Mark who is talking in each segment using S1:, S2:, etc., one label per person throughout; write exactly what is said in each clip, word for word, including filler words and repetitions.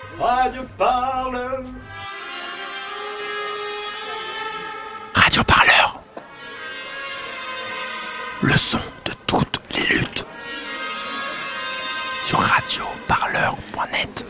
S1: Radio Parleur.
S2: Radio Parleur. Le son de toutes les luttes. Sur radio parleur point net.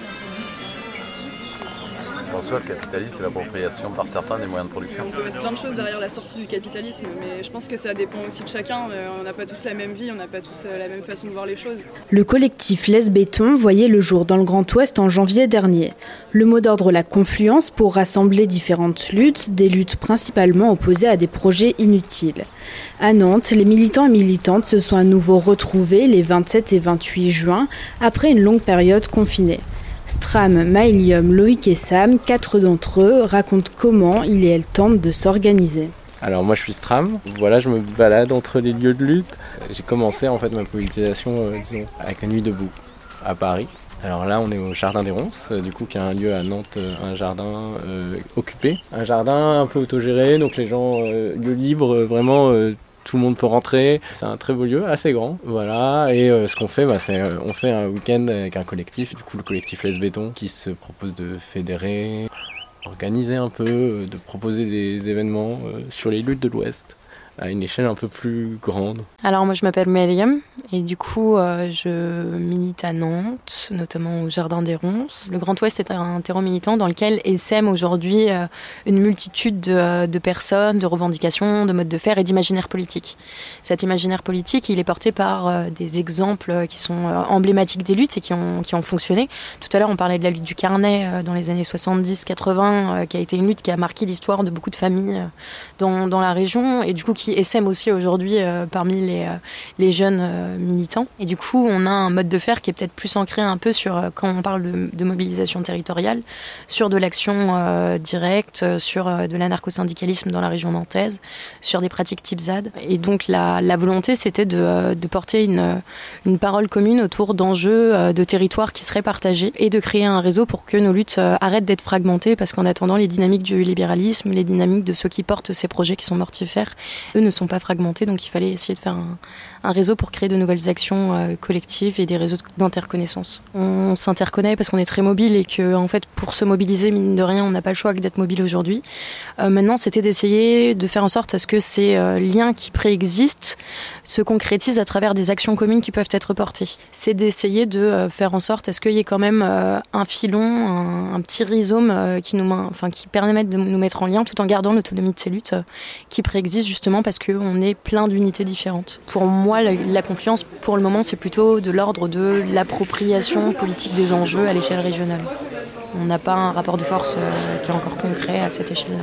S3: En soi, le capitalisme, c'est l'appropriation par certains des moyens de production.
S4: On peut mettre plein de choses derrière la sortie du capitalisme, mais je pense que ça dépend aussi de chacun. On n'a pas tous la même vie, on n'a pas tous la même façon de voir les choses.
S5: Le collectif Les Béton voyait le jour dans le Grand Ouest en janvier dernier. Le mot d'ordre, la confluence, pour rassembler différentes luttes, des luttes principalement opposées à des projets inutiles. À Nantes, les militants et militantes se sont à nouveau retrouvés les vingt-sept et vingt-huit juin, après une longue période confinée. Stram, Maëlium, Loïc et Sam, quatre d'entre eux, racontent comment ils et elles tentent de s'organiser.
S6: Alors moi je suis Stram, voilà, je me balade entre les lieux de lutte. J'ai commencé en fait ma mobilisation euh, disons, avec la Nuit debout à Paris. Alors là on est au Jardin des Ronces, euh, du coup qui est un lieu à Nantes, euh, un jardin euh, occupé. Un jardin un peu autogéré, donc les gens, euh, lieu libre, euh, vraiment euh, tout le monde peut rentrer. C'est un très beau lieu, assez grand, voilà. Et euh, ce qu'on fait, bah, c'est euh, on fait un week-end avec un collectif, du coup le collectif Les Béton, qui se propose de fédérer, organiser un peu, de proposer des événements euh, sur les luttes de l'Ouest à une échelle un peu plus grande.
S7: Alors moi je m'appelle Maëlium et du coup euh, je milite à Nantes, notamment au Jardin des Ronces. Le Grand Ouest est un terreau militant dans lequel essaiment aujourd'hui euh, une multitude de, de personnes, de revendications, de modes de faire et d'imaginaire politique. Cet imaginaire politique, il est porté par euh, des exemples qui sont euh, emblématiques des luttes et qui ont, qui ont fonctionné. Tout à l'heure on parlait de la lutte du Carnet euh, dans les années soixante-dix quatre-vingts, euh, qui a été une lutte qui a marqué l'histoire de beaucoup de familles euh, dans, dans la région et du coup qui essaime aussi aujourd'hui euh, parmi les, euh, les jeunes euh, militants. Et du coup, on a un mode de faire qui est peut-être plus ancré un peu sur, euh, quand on parle de, de mobilisation territoriale, sur de l'action euh, directe, sur euh, de l'anarcho-syndicalisme dans la région nantaise, sur des pratiques type Z A D. Et donc, la, la volonté, c'était de, euh, de porter une, une parole commune autour d'enjeux euh, de territoires qui seraient partagés et de créer un réseau pour que nos luttes euh, arrêtent d'être fragmentées parce qu'en attendant, les dynamiques du libéralisme, les dynamiques de ceux qui portent ces projets qui sont mortifères, eux ne sont pas fragmentés, donc il fallait essayer de faire un, un réseau pour créer de nouvelles actions euh, collectives et des réseaux d'interconnaissance. On s'interconnaît parce qu'on est très mobile et que, en fait, pour se mobiliser, mine de rien, on n'a pas le choix que d'être mobile aujourd'hui. Euh, maintenant, c'était d'essayer de faire en sorte à ce que ces euh, liens qui préexistent se concrétisent à travers des actions communes qui peuvent être portées. C'est d'essayer de euh, faire en sorte à ce qu'il y ait quand même euh, un filon, un, un petit rhizome euh, qui nous, enfin, qui permette de nous mettre en lien tout en gardant l'autonomie de ces luttes euh, qui préexistent justement parce qu'on est plein d'unités différentes. Pour moi, la, la confiance, pour le moment, c'est plutôt de l'ordre de l'appropriation politique des enjeux à l'échelle régionale. On n'a pas un rapport de force euh, qui est encore concret à cette échelle-là.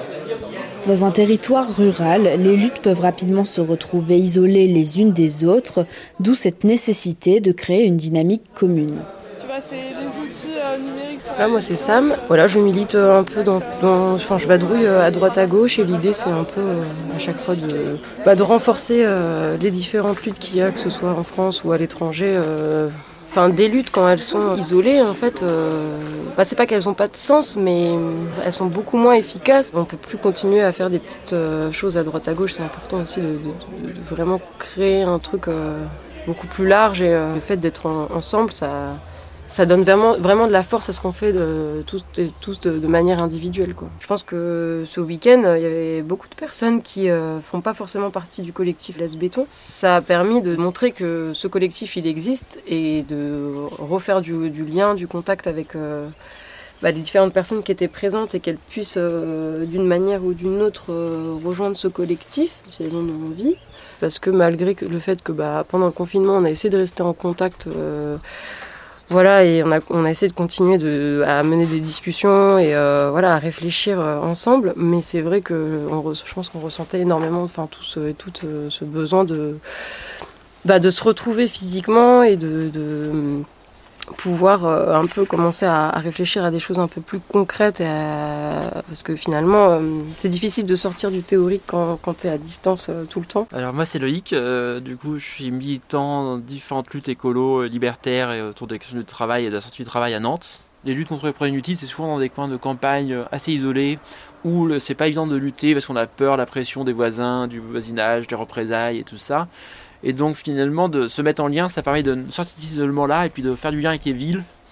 S5: Dans un territoire rural, les luttes peuvent rapidement se retrouver isolées les unes des autres, d'où cette nécessité de créer une dynamique commune.
S8: Tu vois, c'est des outils euh, numériques.
S9: Là, moi, c'est Sam. Voilà, je milite un peu dans, dans enfin, je vadrouille à droite à gauche et l'idée, c'est un peu euh, à chaque fois de, bah, de renforcer euh, les différentes luttes qu'il y a, que ce soit en France ou à l'étranger. Euh, Enfin, des luttes, quand elles sont isolées, en fait, euh, bah, c'est pas qu'elles n'ont pas de sens, mais elles sont beaucoup moins efficaces. On peut plus continuer à faire des petites euh, choses à droite à gauche. C'est important aussi de, de, de, de vraiment créer un truc euh, beaucoup plus large. Et euh, le fait d'être en, ensemble, ça, ça donne vraiment, vraiment de la force à ce qu'on fait de, tous, de, tous de, de manière individuelle, quoi. Je pense que ce week-end, il y avait beaucoup de personnes qui euh, font pas forcément partie du collectif Les Béton. Ça a permis de montrer que ce collectif, il existe et de refaire du, du lien, du contact avec euh, bah, les différentes personnes qui étaient présentes et qu'elles puissent, euh, d'une manière ou d'une autre, euh, rejoindre ce collectif, si elles en ont envie. Parce que malgré le fait que bah, pendant le confinement, on a essayé de rester en contact... Euh, Voilà, et on a, on a essayé de continuer de, à mener des discussions et euh, voilà, à réfléchir euh, ensemble. Mais c'est vrai que on, je pense qu'on ressentait énormément, enfin tous et toutes, euh, ce besoin de, bah, de se retrouver physiquement et de, de pouvoir euh, un peu commencer à, à réfléchir à des choses un peu plus concrètes. Et à, parce que finalement, euh, c'est difficile de sortir du théorique quand, quand tu es à distance euh, tout le temps.
S10: Alors moi c'est Loïc, euh, du coup je suis militant dans différentes luttes écolo, libertaires et autour des questions du travail et de la sortie du travail à Nantes. Les luttes contre les projets inutiles, c'est souvent dans des coins de campagne assez isolés où c'est pas évident de lutter parce qu'on a peur de la pression des voisins, du voisinage, des représailles et tout ça. Et donc finalement de se mettre en lien, ça permet de sortir de cet isolement-là et puis de faire du lien avec les villes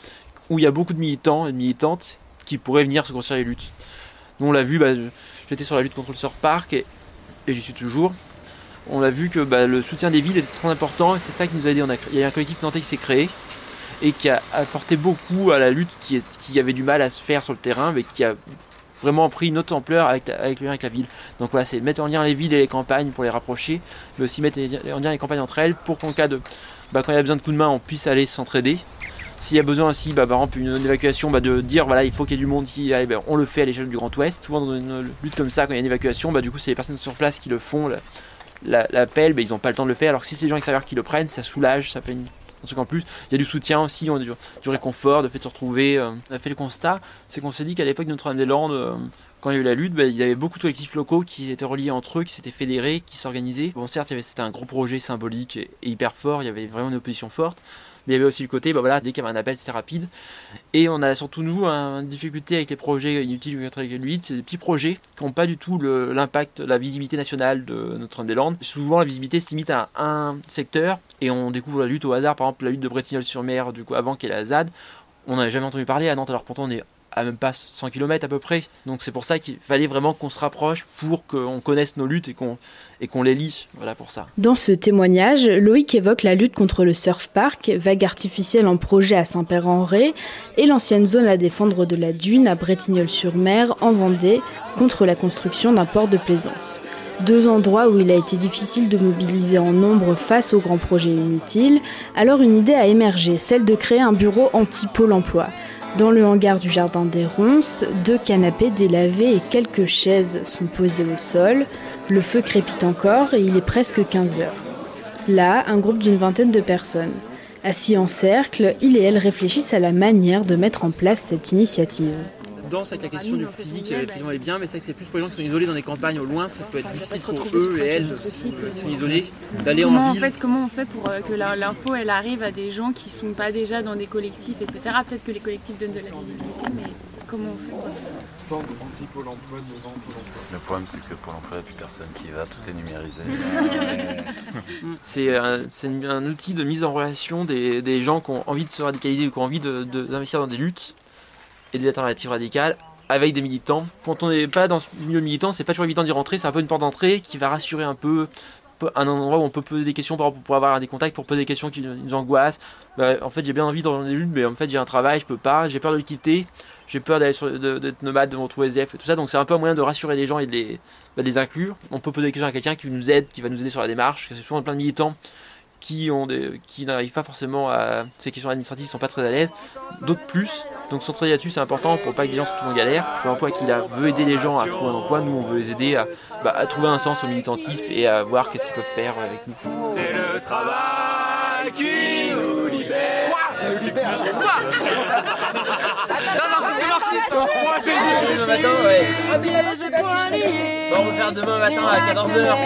S10: où il y a beaucoup de militants et de militantes qui pourraient venir se construire les luttes. Nous on l'a vu, bah, j'étais sur la lutte contre le surf park et, et j'y suis toujours. On a vu que bah, le soutien des villes était très important et c'est ça qui nous a aidé. On a, il y a un collectif nantais qui s'est créé et qui a apporté beaucoup à la lutte qui, est, qui avait du mal à se faire sur le terrain, mais qui a vraiment pris une autre ampleur avec, la, avec le lien avec la ville. Donc voilà, c'est mettre en lien les villes et les campagnes pour les rapprocher, mais aussi mettre en lien les campagnes entre elles pour qu'en cas de, bah, quand il y a besoin de coups de main, on puisse aller s'entraider. S'il y a besoin aussi, bah, par exemple, une, une évacuation, bah, de dire voilà, il faut qu'il y ait du monde qui aille, bah, on le fait à l'échelle du Grand Ouest. Souvent dans une lutte comme ça, quand il y a une évacuation, bah, du coup c'est les personnes sur place qui le font. La, la, l'appel, bah, ils n'ont pas le temps de le faire. Alors que si c'est les gens extérieurs qui le prennent, ça soulage, ça fait une... un truc en plus. Il y a du soutien aussi, on a du, du réconfort, de fait de se retrouver. Euh, on a fait le constat, c'est qu'on s'est dit qu'à l'époque de Notre-Dame-des-Landes, euh, quand il y a eu la lutte, bah, il y avait beaucoup de collectifs locaux qui étaient reliés entre eux, qui s'étaient fédérés, qui s'organisaient. Bon, certes, il y avait, c'était un gros projet symbolique et, et hyper fort, il y avait vraiment une opposition forte. Mais il y avait aussi le côté, bah voilà, dès qu'il y avait un appel, c'était rapide. Et on a surtout, nous, une difficulté avec les projets inutiles contre les luttes, c'est des petits projets qui n'ont pas du tout le, l'impact, la visibilité nationale de Notre-Dame-des-Landes. Souvent, la visibilité se limite à un secteur et on découvre la lutte au hasard. Par exemple, la lutte de Bretignolles-sur-Mer, du coup, avant qu'il y ait la Z A D, on n'avait jamais entendu parler à Nantes, alors pourtant on est à même pas cent kilomètres à peu près. Donc c'est pour ça qu'il fallait vraiment qu'on se rapproche pour qu'on connaisse nos luttes et qu'on, et qu'on les lie. Voilà pour ça.
S5: Dans ce témoignage, Loïc évoque la lutte contre le surf park, vague artificielle en projet à Saint-Père-en-Retz, et l'ancienne zone à défendre de la Dune à Bretignolles-sur-Mer, en Vendée, contre la construction d'un port de plaisance. Deux endroits où il a été difficile de mobiliser en nombre face aux grands projets inutiles. Alors une idée a émergé, celle de créer un bureau anti-Pôle emploi. Dans le hangar du Jardin des Ronces, deux canapés délavés et quelques chaises sont posées au sol. Le feu crépite encore et il est presque quinze heures. Là, un groupe d'une vingtaine de personnes. Assis en cercle, il et elle réfléchissent à la manière de mettre en place cette initiative.
S10: Danse avec la question du physique, effectivement, elle est bien, mais c'est vrai que c'est plus pour les gens qui sont isolés dans des campagnes au loin, ça peut être difficile pour eux et elles qui sont isolés d'aller
S11: comment
S10: en ville.
S11: En fait, comment on fait pour que l'info elle arrive à des gens qui ne sont pas déjà dans des collectifs, et cetera. Peut-être que les collectifs donnent de la visibilité, mais comment on fait?
S12: Stand anti-Pôle emploi, devant Pôle emploi.
S3: Le problème, c'est que Pôle emploi, il n'y a plus personne qui y va, tout est numérisé.
S10: c'est, un, c'est un outil de mise en relation des, des gens qui ont envie de se radicaliser ou qui ont envie de, de, d'investir dans des luttes et des alternatives radicales avec des militants. Quand on n'est pas dans ce milieu militant, c'est pas toujours évident d'y rentrer, c'est un peu une porte d'entrée qui va rassurer un peu, un endroit où on peut poser des questions pour, pour avoir des contacts, pour poser des questions qui nous angoissent. Bah, en fait, j'ai bien envie dans des luttes, mais en fait, j'ai un travail, je peux pas, j'ai peur de le quitter, j'ai peur d'aller sur, de, d'être nomade, de me retrouver S F et tout ça, donc c'est un peu un moyen de rassurer les gens et de les, bah, de les inclure. On peut poser des questions à quelqu'un qui nous aide, qui va nous aider sur la démarche, c'est souvent plein de militants qui, ont des, qui n'arrivent pas forcément à ces questions administratives, qui sont pas très à l'aise, d'autres plus. Donc s'entraider là-dessus, c'est important pour pas que les gens se retrouvent en galère. Pôle emploi qui là, veut aider les gens à trouver un emploi, nous on veut les aider à, bah, à trouver un sens au militantisme et à voir qu'est-ce qu'ils peuvent faire avec nous.
S1: C'est le travail qui nous libère. Quoi nous libère Quoi Ça va faire marxiste.
S10: Demain matin, ouais. Bon, on va faire demain matin à quatorze heures.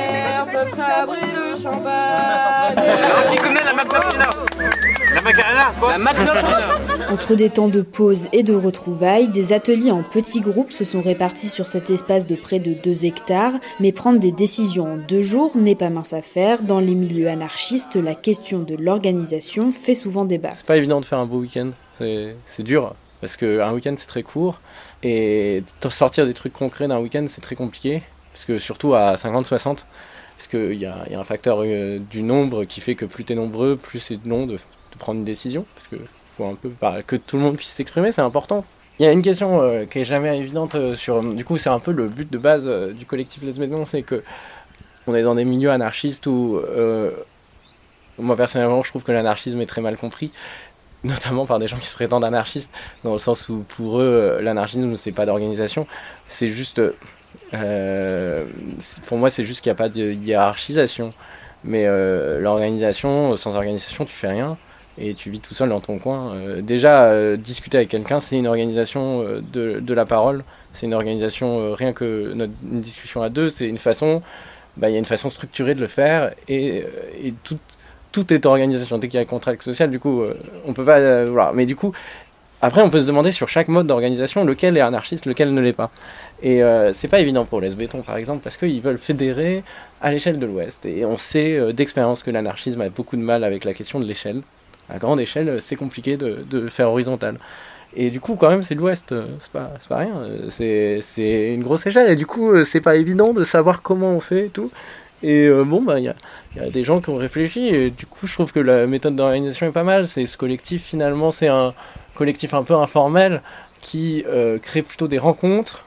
S1: Qui connaît la Macarena? La Macarena, quoi? La Macarena.
S5: Entre des temps de pause et de retrouvailles, des ateliers en petits groupes se sont répartis sur cet espace de près de deux hectares, mais prendre des décisions en deux jours n'est pas mince affaire. Dans les milieux anarchistes, la question de l'organisation fait souvent débat.
S6: C'est pas évident de faire un beau week-end, c'est, c'est dur, parce qu'un week-end c'est très court, et sortir des trucs concrets d'un week-end c'est très compliqué, parce que surtout à cinquante soixante, parce qu'il y a, y a un facteur euh, du nombre qui fait que plus t'es nombreux, plus c'est long de, de prendre une décision, parce que faut un peu bah, que tout le monde puisse s'exprimer, c'est important. Il y a une question euh, qui est jamais évidente euh, sur, du coup c'est un peu le but de base euh, du collectif Les Bétons, c'est que on est dans des milieux anarchistes où euh, moi personnellement je trouve que l'anarchisme est très mal compris, notamment par des gens qui se prétendent anarchistes, dans le sens où pour eux l'anarchisme c'est pas d'organisation, c'est juste euh, pour moi c'est juste qu'il n'y a pas de hiérarchisation, mais euh, l'organisation, sans organisation tu fais rien et tu vis tout seul dans ton coin. Euh, déjà euh, discuter avec quelqu'un c'est une organisation euh, de, de la parole, c'est une organisation euh, rien que notre, une discussion à deux, c'est une façon, bah, y a une façon structurée de le faire et, et tout, tout est organisation. Dès qu'il y a un contrat social, du coup, euh, on peut pas. Euh, voilà. Mais du coup, après, on peut se demander sur chaque mode d'organisation lequel est anarchiste, lequel ne l'est pas. Et euh, c'est pas évident pour les Bétons, par exemple, parce qu'ils veulent fédérer à l'échelle de l'Ouest. Et on sait euh, d'expérience que l'anarchisme a beaucoup de mal avec la question de l'échelle. À grande échelle, c'est compliqué de, de faire horizontal. Et du coup, quand même, c'est l'Ouest, c'est pas, c'est pas rien, c'est, c'est une grosse échelle. Et du coup, c'est pas évident de savoir comment on fait et tout. Et euh, bon, bah, il y a, y a des gens qui ont réfléchi. Et du coup, je trouve que la méthode d'organisation est pas mal. C'est ce collectif, finalement, c'est un collectif un peu informel qui euh, crée plutôt des rencontres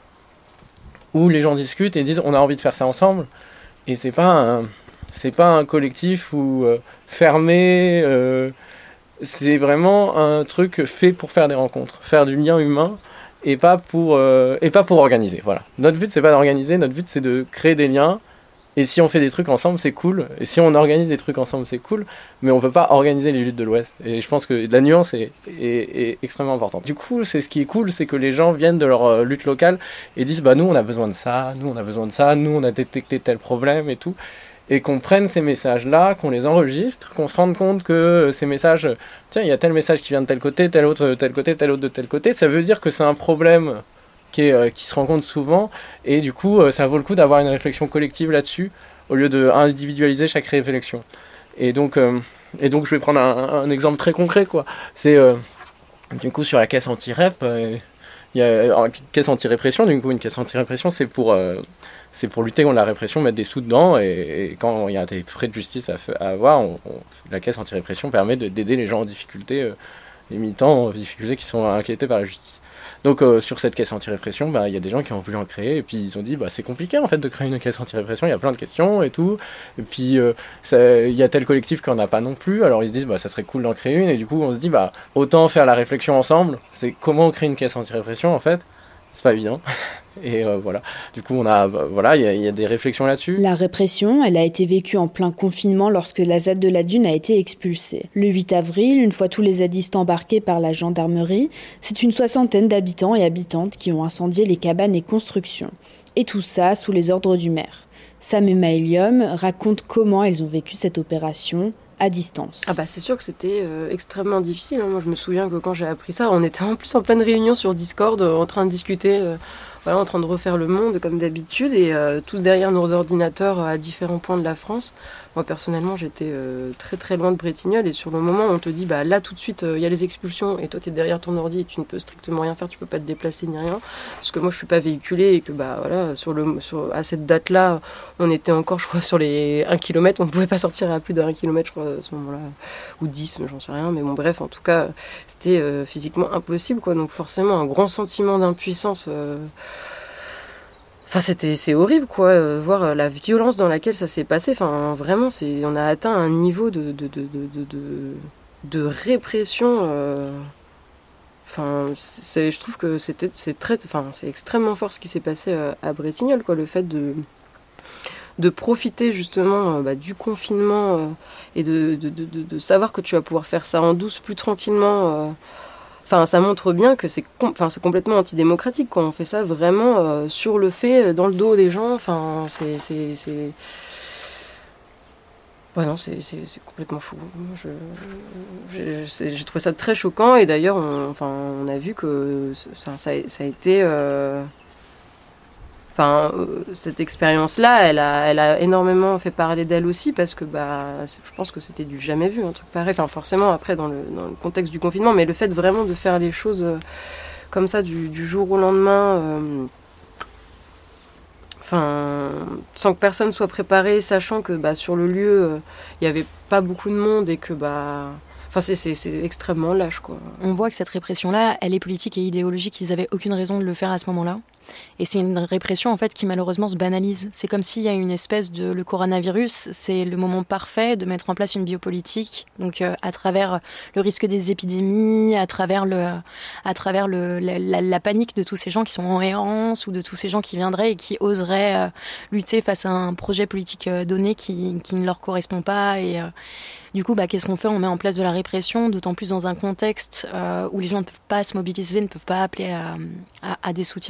S6: où les gens discutent et disent on a envie de faire ça ensemble. Et c'est pas un, c'est pas un collectif où euh, fermé. Euh, c'est vraiment un truc fait pour faire des rencontres, faire du lien humain et pas pour euh, et pas pour organiser. Voilà. Notre but c'est pas d'organiser, notre but c'est de créer des liens. Et si on fait des trucs ensemble, c'est cool. Et si on organise des trucs ensemble, c'est cool. Mais on peut pas organiser les luttes de l'Ouest. Et je pense que la nuance est, est, est extrêmement importante. Du coup, c'est ce qui est cool, c'est que les gens viennent de leur euh, lutte locale et disent bah nous on a besoin de ça, nous on a besoin de ça, nous on a détecté tel problème et tout. Et qu'on prenne ces messages-là, qu'on les enregistre, qu'on se rende compte que ces messages, tiens, il y a tel message qui vient de tel côté, tel autre de tel côté, tel autre de tel côté. Ça veut dire que c'est un problème qui, est, euh, qui se rencontre souvent. Et du coup, euh, ça vaut le coup d'avoir une réflexion collective là-dessus, au lieu d'individualiser chaque réflexion. Et donc, euh, et donc je vais prendre un, un exemple très concret, quoi. C'est, euh, du coup, sur la caisse anti-rep, euh, il y a une caisse anti-répression. Du coup, une caisse anti-répression, c'est pour... Euh, c'est pour lutter contre la répression, mettre des sous dedans, et, et quand il y a des frais de justice à, à avoir, on, on, la caisse anti-répression permet de, d'aider les gens en difficulté, euh, les militants en difficulté qui sont inquiétés par la justice. Donc euh, sur cette caisse anti-répression, bah, y a des gens qui ont voulu en créer, et puis ils ont dit bah, c'est compliqué en fait de créer une caisse anti-répression, il y a plein de questions et tout, et puis il euh, y a tel collectif qui en a pas non plus, alors ils se disent bah, ça serait cool d'en créer une, et du coup on se dit bah, autant faire la réflexion ensemble, c'est comment on crée une caisse anti-répression en fait. C'est pas évident. Et euh, voilà. Du coup, on a, bah, voilà, il y, y a des réflexions là-dessus.
S5: La répression, elle a été vécue en plein confinement lorsque la Z A D de la Dune a été expulsée. Le huit avril, une fois tous les zadistes embarqués par la gendarmerie, c'est une soixantaine d'habitants et habitantes qui ont incendié les cabanes et constructions. Et tout ça sous les ordres du maire. Sam et Maëlium racontent comment elles ont vécu cette opération à distance.
S9: Ah bah c'est sûr que c'était euh, extrêmement difficile. Hein. Moi je me souviens que quand j'ai appris ça, on était en plus en pleine réunion sur Discord, euh, en train de discuter, euh, voilà, en train de refaire le monde comme d'habitude, et euh, tous derrière nos ordinateurs euh, à différents points de la France. Moi personnellement j'étais euh, très très loin de Bretignolles, et sur le moment on te dit bah là tout de suite il euh, y a les expulsions, et toi tu es derrière ton ordi et tu ne peux strictement rien faire, tu peux pas te déplacer ni rien, parce que moi je suis pas véhiculée, et que bah voilà sur le, sur, à cette date là on était encore je crois sur les un kilomètre, on ne pouvait pas sortir à plus d'un kilomètre je crois à ce moment là, ou dix, j'en sais rien, mais bon bref en tout cas c'était euh, physiquement impossible quoi, donc forcément un grand sentiment d'impuissance. euh, Enfin, c'était, c'est horrible, quoi, euh, voir euh, la violence dans laquelle ça s'est passé. Enfin, vraiment, c'est, on a atteint un niveau de, de, de, de, de, de, de répression. Euh, enfin, c'est, je trouve que c'était, c'est, très, enfin, c'est extrêmement fort ce qui s'est passé euh, à Bretignolles, quoi, le fait de, de profiter justement euh, bah, du confinement euh, et de, de, de, de, de savoir que tu vas pouvoir faire ça en douce, plus tranquillement. Euh, Enfin, ça montre bien que c'est, com- enfin, c'est complètement antidémocratique, quoi. On fait ça vraiment euh, sur le fait, dans le dos des gens. Enfin, c'est... c'est, c'est... Ouais, non, c'est, c'est, c'est complètement fou. Je, j'ai, c'est, j'ai trouvé ça très choquant. Et d'ailleurs, on, enfin, on a vu que ça, ça, ça a été... Euh... Enfin, euh, cette expérience-là, elle a, elle a énormément fait parler d'elle aussi, parce que bah, je pense que c'était du jamais vu, un truc pareil. Enfin, forcément, après, dans le, dans le contexte du confinement, mais le fait vraiment de faire les choses euh, comme ça, du, du jour au lendemain, euh, enfin, sans que personne soit préparé, sachant que bah, sur le lieu, il euh, n'y avait pas beaucoup de monde, et que... bah Enfin, c'est, c'est, c'est extrêmement lâche, quoi.
S7: On voit que cette répression-là, elle est politique et idéologique. Ils n'avaient aucune raison de le faire à ce moment-là. Et c'est une répression, en fait, qui malheureusement se banalise. C'est comme s'il y a une espèce de... Le coronavirus, c'est le moment parfait de mettre en place une biopolitique. Donc, euh, à travers le risque des épidémies, à travers, le, à travers le, la, la, la panique de tous ces gens qui sont en errance, ou de tous ces gens qui viendraient et qui oseraient euh, lutter face à un projet politique euh, donné qui, qui ne leur correspond pas. Et... Euh, Du coup, bah, qu'est-ce qu'on fait ? On met en place de la répression, d'autant plus dans un contexte euh, où les gens ne peuvent pas se mobiliser, ne peuvent pas appeler à, à, à des soutiens. En fait,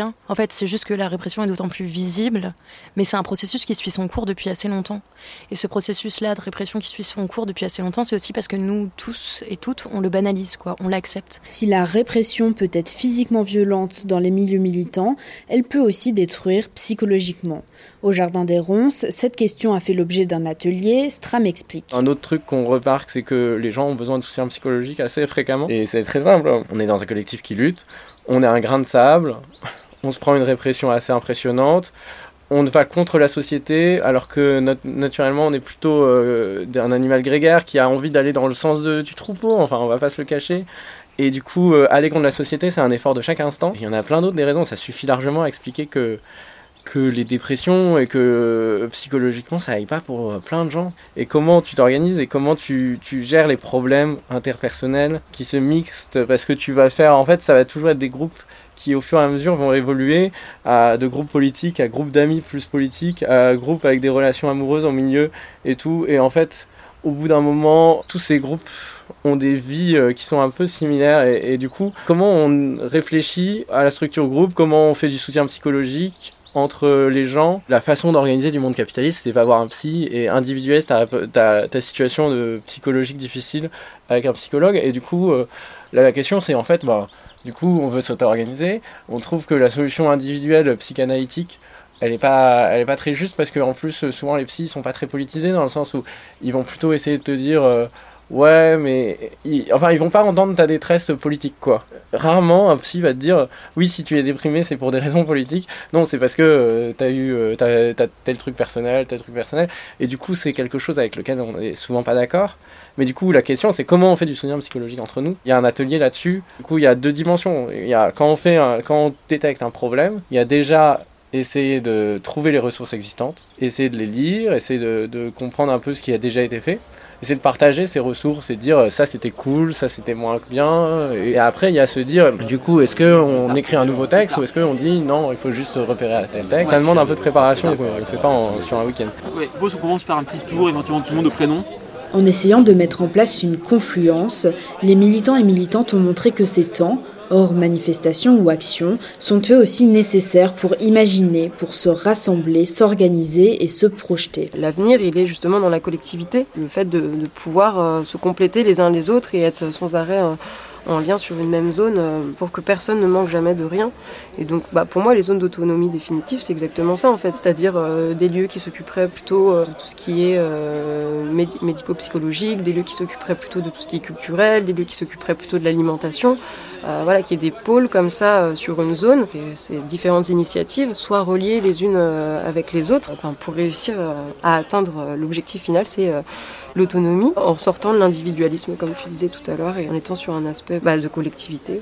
S7: fait, c'est juste que la répression est d'autant plus visible, mais c'est un processus qui suit son cours depuis assez longtemps. Et ce processus-là de répression qui suit son cours depuis assez longtemps, c'est aussi parce que nous, tous et toutes, on le banalise, quoi, on l'accepte.
S5: Si la répression peut être physiquement violente dans les milieux militants, elle peut aussi détruire psychologiquement. Au Jardin des Ronces, cette question a fait l'objet d'un atelier, Stram explique.
S6: Un autre truc qu'on remarque, c'est que les gens ont besoin de soutien psychologique assez fréquemment. Et c'est très simple, on est dans un collectif qui lutte, on est un grain de sable, on se prend une répression assez impressionnante, on va contre la société, alors que nat- naturellement on est plutôt euh, un animal grégaire qui a envie d'aller dans le sens de, du troupeau, enfin on va pas se le cacher. Et du coup, euh, aller contre la société, c'est un effort de chaque instant. Il y en a plein d'autres des raisons, ça suffit largement à expliquer que que les dépressions et que euh, psychologiquement ça aille pas pour euh, plein de gens. Et comment tu t'organises et comment tu, tu gères les problèmes interpersonnels qui se mixent, parce que tu vas faire, en fait ça va toujours être des groupes qui au fur et à mesure vont évoluer à de groupes politiques, à groupes d'amis plus politiques, à groupes avec des relations amoureuses au milieu et tout. Et en fait, au bout d'un moment, tous ces groupes ont des vies euh, qui sont un peu similaires et, et du coup, comment on réfléchit à la structure groupe, comment on fait du soutien psychologique entre les gens. La façon d'organiser du monde capitaliste, c'est pas avoir un psy et individualiser ta, ta, ta situation de psychologique difficile avec un psychologue. Et du coup, euh, là, la question c'est en fait, bah, du coup, on veut s'auto-organiser. On trouve que la solution individuelle psychanalytique, elle est pas, elle est pas très juste parce qu'en plus, souvent les psys sont pas très politisés dans le sens où ils vont plutôt essayer de te dire euh, ouais, mais ils, enfin, ils vont pas entendre ta détresse politique, quoi. Rarement, un psy va te dire oui, si tu es déprimé, c'est pour des raisons politiques. Non, c'est parce que euh, t'as eu, euh, t'as, t'as tel truc personnel, tel truc personnel. Et du coup, c'est quelque chose avec lequel on est souvent pas d'accord. Mais du coup, la question, c'est comment on fait du soutien psychologique entre nous. Il y a un atelier là-dessus. Du coup, il y a deux dimensions. Il y a quand on fait, un, quand on détecte un problème, il y a déjà essayer de trouver les ressources existantes, essayer de les lire, essayer de, de comprendre un peu ce qui a déjà été fait, essayer de partager ces ressources et de dire ça c'était cool, ça c'était moins bien. Et après il y a se dire du coup est-ce qu'on écrit un nouveau texte ou est-ce qu'on dit non il faut juste se repérer à tel texte. Ça demande un peu de préparation, on ne le fait pas en, sur un week-end.
S10: Ouais, on commence par un petit tour, éventuellement tout le monde de prénom.
S5: En essayant de mettre en place une confluence, les militants et militantes ont montré que ces temps, hors manifestation ou action, sont eux aussi nécessaires pour imaginer, pour se rassembler, s'organiser et se projeter.
S9: L'avenir, il est justement dans la collectivité, le fait de, de pouvoir euh, se compléter les uns les autres et être sans arrêt euh, en lien sur une même zone euh, pour que personne ne manque jamais de rien. Et donc bah, pour moi les zones d'autonomie définitive c'est exactement ça en fait, c'est-à-dire euh, des lieux qui s'occuperaient plutôt euh, de tout ce qui est euh, médi- médico-psychologique, des lieux qui s'occuperaient plutôt de tout ce qui est culturel, des lieux qui s'occuperaient plutôt de l'alimentation, euh, voilà, qu'il y ait des pôles comme ça euh, sur une zone, que ces différentes initiatives soient reliées les unes euh, avec les autres, enfin, pour réussir euh, à atteindre euh, l'objectif final, c'est euh, l'autonomie, en sortant de l'individualisme, comme tu disais tout à l'heure, et en étant sur un aspect bah, de collectivité. Ouais.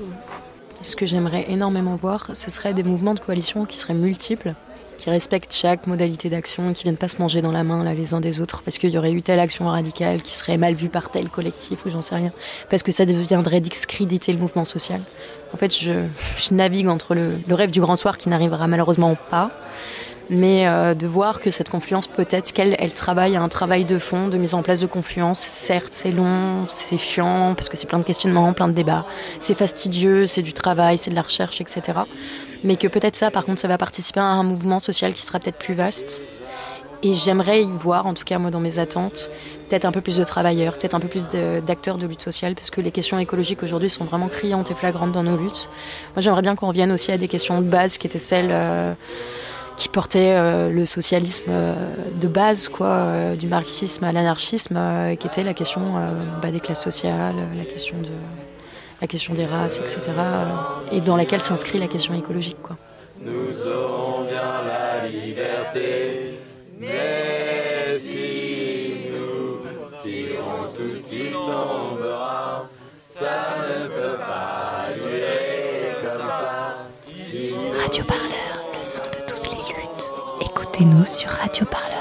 S7: Ce que j'aimerais énormément voir, ce serait des mouvements de coalition qui seraient multiples, qui respectent chaque modalité d'action, qui viennent pas se manger dans la main là, les uns des autres, parce qu'il y aurait eu telle action radicale qui serait mal vue par tel collectif, ou j'en sais rien, parce que ça deviendrait discréditer le mouvement social. En fait, je, je navigue entre le, le rêve du grand soir qui n'arrivera malheureusement pas, mais euh, de voir que cette confluence, peut-être qu'elle elle travaille à un travail de fond, de mise en place de confluence. Certes, c'est long, c'est chiant, parce que c'est plein de questionnements, plein de débats. C'est fastidieux, c'est du travail, c'est de la recherche, et cetera. Mais que peut-être ça, par contre, ça va participer à un mouvement social qui sera peut-être plus vaste. Et j'aimerais y voir, en tout cas moi dans mes attentes, peut-être un peu plus de travailleurs, peut-être un peu plus de, d'acteurs de lutte sociale, parce que les questions écologiques aujourd'hui sont vraiment criantes et flagrantes dans nos luttes. Moi j'aimerais bien qu'on revienne aussi à des questions de base qui étaient celles... Euh, qui portait euh, le socialisme euh, de base, quoi, euh, du marxisme à l'anarchisme, euh, qui était la question euh, bah, des classes sociales, la question, de, la question des races, et cetera, euh, et dans laquelle s'inscrit la question écologique, quoi.
S1: Nous aurons bien la liberté, mais si nous tirons tous, il tombera, ça ne peut pas durer comme ça.
S2: Radio Parleur, le son de toutes les luttes. Écoutez-nous sur Radio Parleur.